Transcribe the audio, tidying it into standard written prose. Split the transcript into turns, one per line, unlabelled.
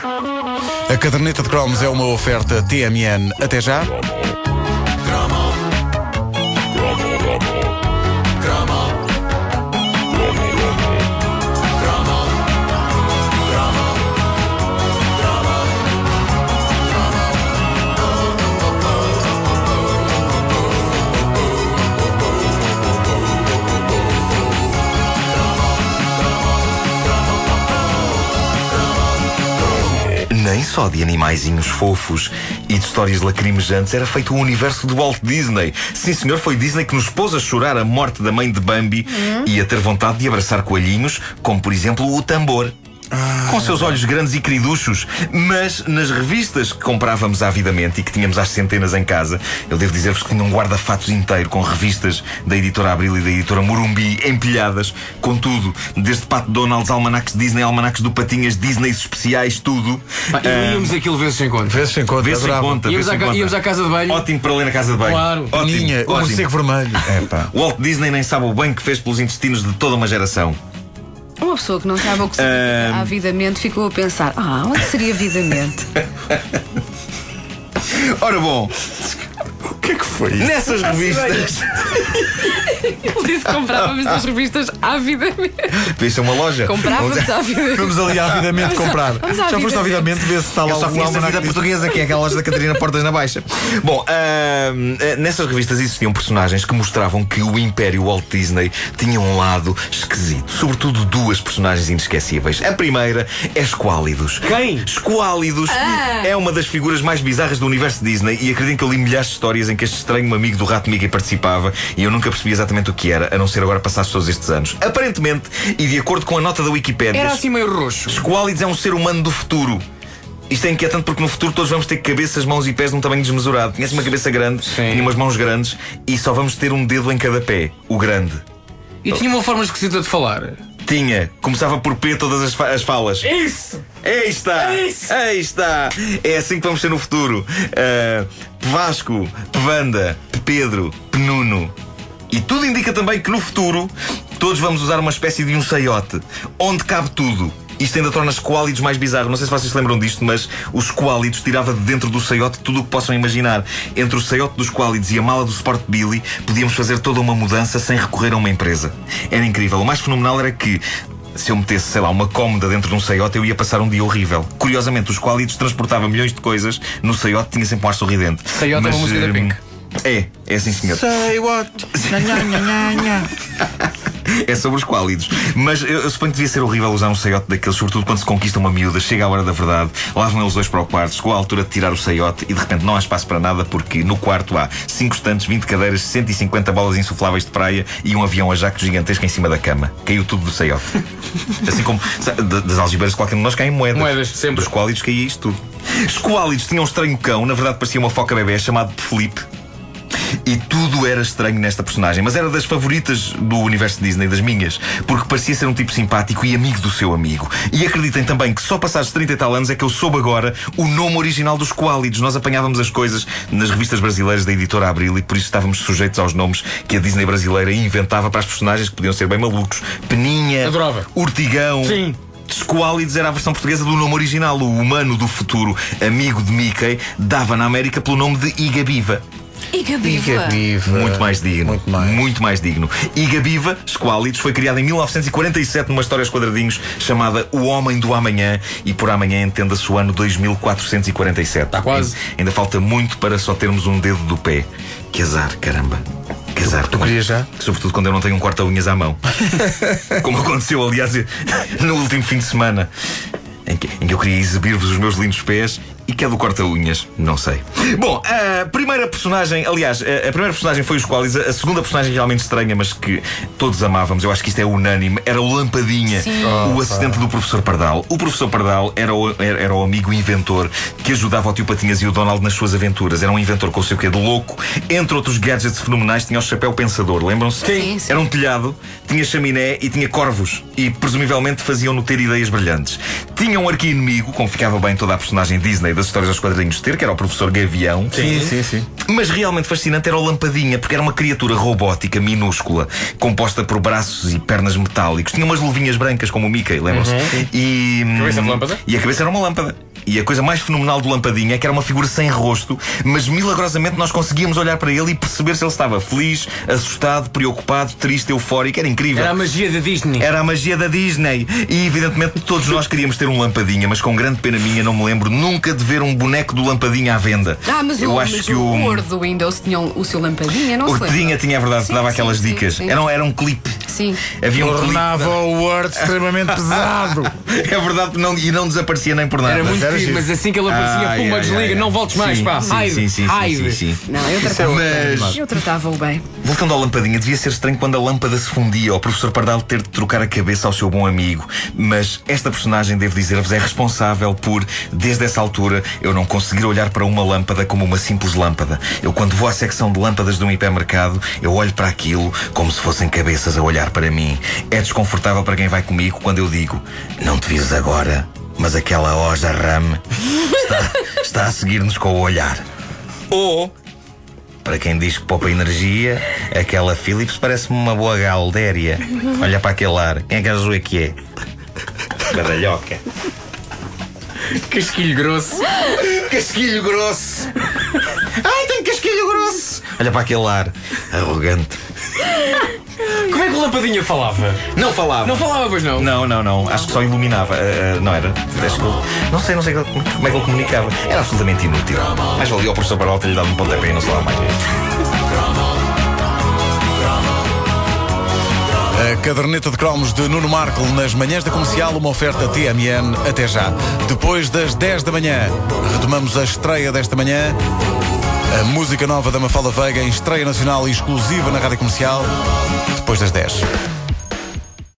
A caderneta de cromos é uma oferta TMN. Até já.
Nem só de animaizinhos fofos e de histórias lacrimejantes era feito o universo de Walt Disney. Sim, senhor, foi Disney que nos pôs a chorar a morte da mãe de Bambi e a ter vontade de abraçar coelhinhos, como por exemplo o Tambor. Com seus olhos grandes e queriduchos. Mas nas revistas que comprávamos avidamente e que tínhamos às centenas em casa, eu devo dizer-vos que tinha um guarda-fatos inteiro com revistas da editora Abril e da editora Morumbi empilhadas com tudo, desde Pat Donald's, almanacs Disney, almanacs do Patinhas, Disney especiais, tudo.
Íamos aquilo vezes sem conta.
Vezes sem conta.
Vê-se em conta.
Íamos à casa de banho.
Ótimo para ler na casa de banho.
Claro.
Ótimo.
O morcego vermelho.
Walt Disney nem sabe o bem que fez pelos intestinos de toda uma geração.
Uma pessoa que não sabe o que significa avidamente ficou a pensar: onde seria avidamente?
Ora bom,
O que é que foi isso?
nessas revistas.
Ele disse que comprávamos as revistas avidamente.
Vês uma loja?
Comprávamos avidamente.
Vamos ali avidamente comprar.
Vamos
Já foste avidamente ver se está lá
Eu só
o
conheço a
almanac
Vida Portuguesa, que é aquela loja da Catarina Portas na Baixa. Bom, nessas revistas existiam personagens que mostravam que o Império Walt Disney tinha um lado esquisito. Sobretudo duas personagens inesquecíveis. A primeira é Squálidos.
Quem?
Squálidos é uma das figuras mais bizarras do universo Disney e acredito que eu li milhares de histórias em que este estranho amigo do Rato Mickey participava e eu nunca percebi exatamente o que era, a não ser agora passados todos estes anos. Aparentemente, e de acordo com a nota da Wikipédia,
Era assim meio roxo.
Squálidos é um ser humano do futuro. Isto é inquietante porque no futuro todos vamos ter cabeças, mãos e pés de um tamanho desmesurado. Tinha uma cabeça grande,
Sim.
tinha umas mãos grandes e só vamos ter um dedo em cada pé, o grande.
E tinha uma forma esquisita de falar.
Tinha, começava por P todas as falas.
Isso!
Aí está!
Isso!
Aí está! É assim que vamos ser no futuro. Vasco, Pevanda, Pedro, Penuno. E tudo indica também que no futuro todos vamos usar uma espécie de um saiote, onde cabe tudo. Isto ainda torna Squálidos mais bizarro. Não sei se vocês se lembram disto, mas o Squálidos tirava de dentro do saiote tudo o que possam imaginar. Entre o saiote dos Squálidos e a mala do Sport Billy, podíamos fazer toda uma mudança sem recorrer a uma empresa. Era incrível. O mais fenomenal era que se eu metesse, sei lá, uma cómoda dentro de um saiote, eu ia passar um dia horrível. Curiosamente, os Squálidos transportavam milhões de coisas no saiote, tinha sempre um ar sorridente.
Saiote é uma música da Pink.
É assim, senhor.
Say what?
É sobre os Squálidos. Mas eu suponho que devia ser horrível usar um saiote daqueles, sobretudo quando se conquista uma miúda, chega a hora da verdade, lá vão eles dois para o quarto, chegou a altura de tirar o saiote e de repente não há espaço para nada porque no quarto há 5 estantes, 20 cadeiras, 150 bolas insufláveis de praia e um avião a jato gigantesco em cima da cama. Caiu tudo do saiote. Assim como das algibeiras de qualquer um de nós caem moedas.
Moedas, sempre.
Dos Squálidos caía isto tudo. Squálidos tinha um estranho cão, na verdade parecia uma foca bebê, chamado Felipe. E tudo era estranho nesta personagem, mas era das favoritas do universo Disney, das minhas, porque parecia ser um tipo simpático e amigo do seu amigo. E acreditem também que só passados 30 e tal anos é que eu soube agora o nome original dos Squálidos. Nós apanhávamos as coisas nas revistas brasileiras da editora Abril e por isso estávamos sujeitos aos nomes que a Disney brasileira inventava para as personagens que podiam ser bem malucos. Peninha,
Adorava.
Urtigão.
Sim.
Squálidos era a versão portuguesa do nome original. O humano do futuro, amigo de Mickey, dava na América pelo nome de Igabiva.
Igabiva.
Muito mais digno.
Muito mais.
digno. Igabiva, Squálidos, foi criada em 1947 numa história aos quadradinhos chamada O Homem do Amanhã e por amanhã entenda-se o ano 2447.
Está quase.
Ainda falta muito para só termos um dedo do pé. Que azar, caramba. Que azar.
Tu querias já?
Sobretudo quando eu não tenho um corta-unhas à mão. Como aconteceu, aliás, no último fim de semana em que eu queria exibir-vos os meus lindos pés. E que é do corta-unhas, não sei. Bom, a primeira personagem, aliás, a primeira personagem foi o Squálidos. A segunda personagem realmente estranha, mas que todos amávamos, eu acho que isto é unânime, era o Lampadinha, o assistente do Professor Pardal. O Professor Pardal era o amigo inventor que ajudava o tio Patinhas e o Donald nas suas aventuras. Era um inventor com o seu quê de louco. Entre outros gadgets fenomenais, tinha o chapéu pensador, lembram-se?
Sim.
Era um telhado, tinha chaminé e tinha corvos. E presumivelmente faziam-no ter ideias brilhantes. Tinha um arqui-inimigo, como ficava bem toda a personagem Disney das histórias aos quadrinhos de ter, que era o professor Gavião.
Sim.
Mas realmente fascinante era o Lampadinha, porque era uma criatura robótica minúscula, composta por braços e pernas metálicos. Tinha umas luvinhas brancas, como o Mickey, lembram-se? E
Cabeça de lâmpada?
E a cabeça era uma lâmpada. E a coisa mais fenomenal do Lampadinha é que era uma figura sem rosto, mas milagrosamente nós conseguíamos olhar para ele e perceber se ele estava feliz, assustado, preocupado, triste, eufórico. Era incrível.
Era a magia da Disney.
Era a magia da Disney. E evidentemente todos nós queríamos ter um Lampadinha, mas com grande pena minha não me lembro nunca de ver um boneco do Lampadinha à venda.
Mas
eu acho que
o Word do Windows tinha o seu Lampadinha, não
o
se lembra?
tinha, é verdade,
Sim,
dava
sim,
aquelas
sim,
dicas.
sim.
Era um clipe.
Sim.
Havia um clipe.
Tornava o Word extremamente pesado.
É verdade, e não desaparecia nem por nada.
Era muito
Era
giro,
giro.
mas assim que ele aparecia, puma, desliga, não voltes mais, pá. Hide.
Sim.
Não, eu tratava-o bem.
Voltando ao Lampadinha, devia ser estranho quando a lâmpada se fundia, ou o professor Pardal ter de trocar a cabeça ao seu bom amigo. Mas esta personagem, devo dizer-vos, é responsável por, desde essa altura, eu não conseguir olhar para uma lâmpada como uma simples lâmpada. Eu, quando vou à secção de lâmpadas de um hipermercado, eu olho para aquilo como se fossem cabeças a olhar para mim. É desconfortável para quem vai comigo quando eu digo: não te vires agora, mas aquela Oja Ram está a seguir-nos com o olhar. Ou, para quem diz que poupa energia, aquela Philips parece-me uma boa galdéria. Olha para aquele ar. Quem é que azul é que é? Badalhoca.
Casquilho grosso.
Casquilho grosso. Ai, tem casquilho grosso. Olha para aquele ar. Arrogante.
Como é que o Lampadinha falava?
Não falava.
Não falava, pois não?
Não. Acho que só iluminava. Não era? Acho que não sei como é que ele comunicava. Era absolutamente inútil. Mais valia o professor Barol ter-lhe dado um pontapé e não se lá mais.
A caderneta de cromos de Nuno Marco nas manhãs da Comercial, uma oferta TMN. Até já. Depois das 10 da manhã, retomamos a estreia desta manhã. A música nova da Mafalda Veiga em estreia nacional e exclusiva na Rádio Comercial. Depois das 10.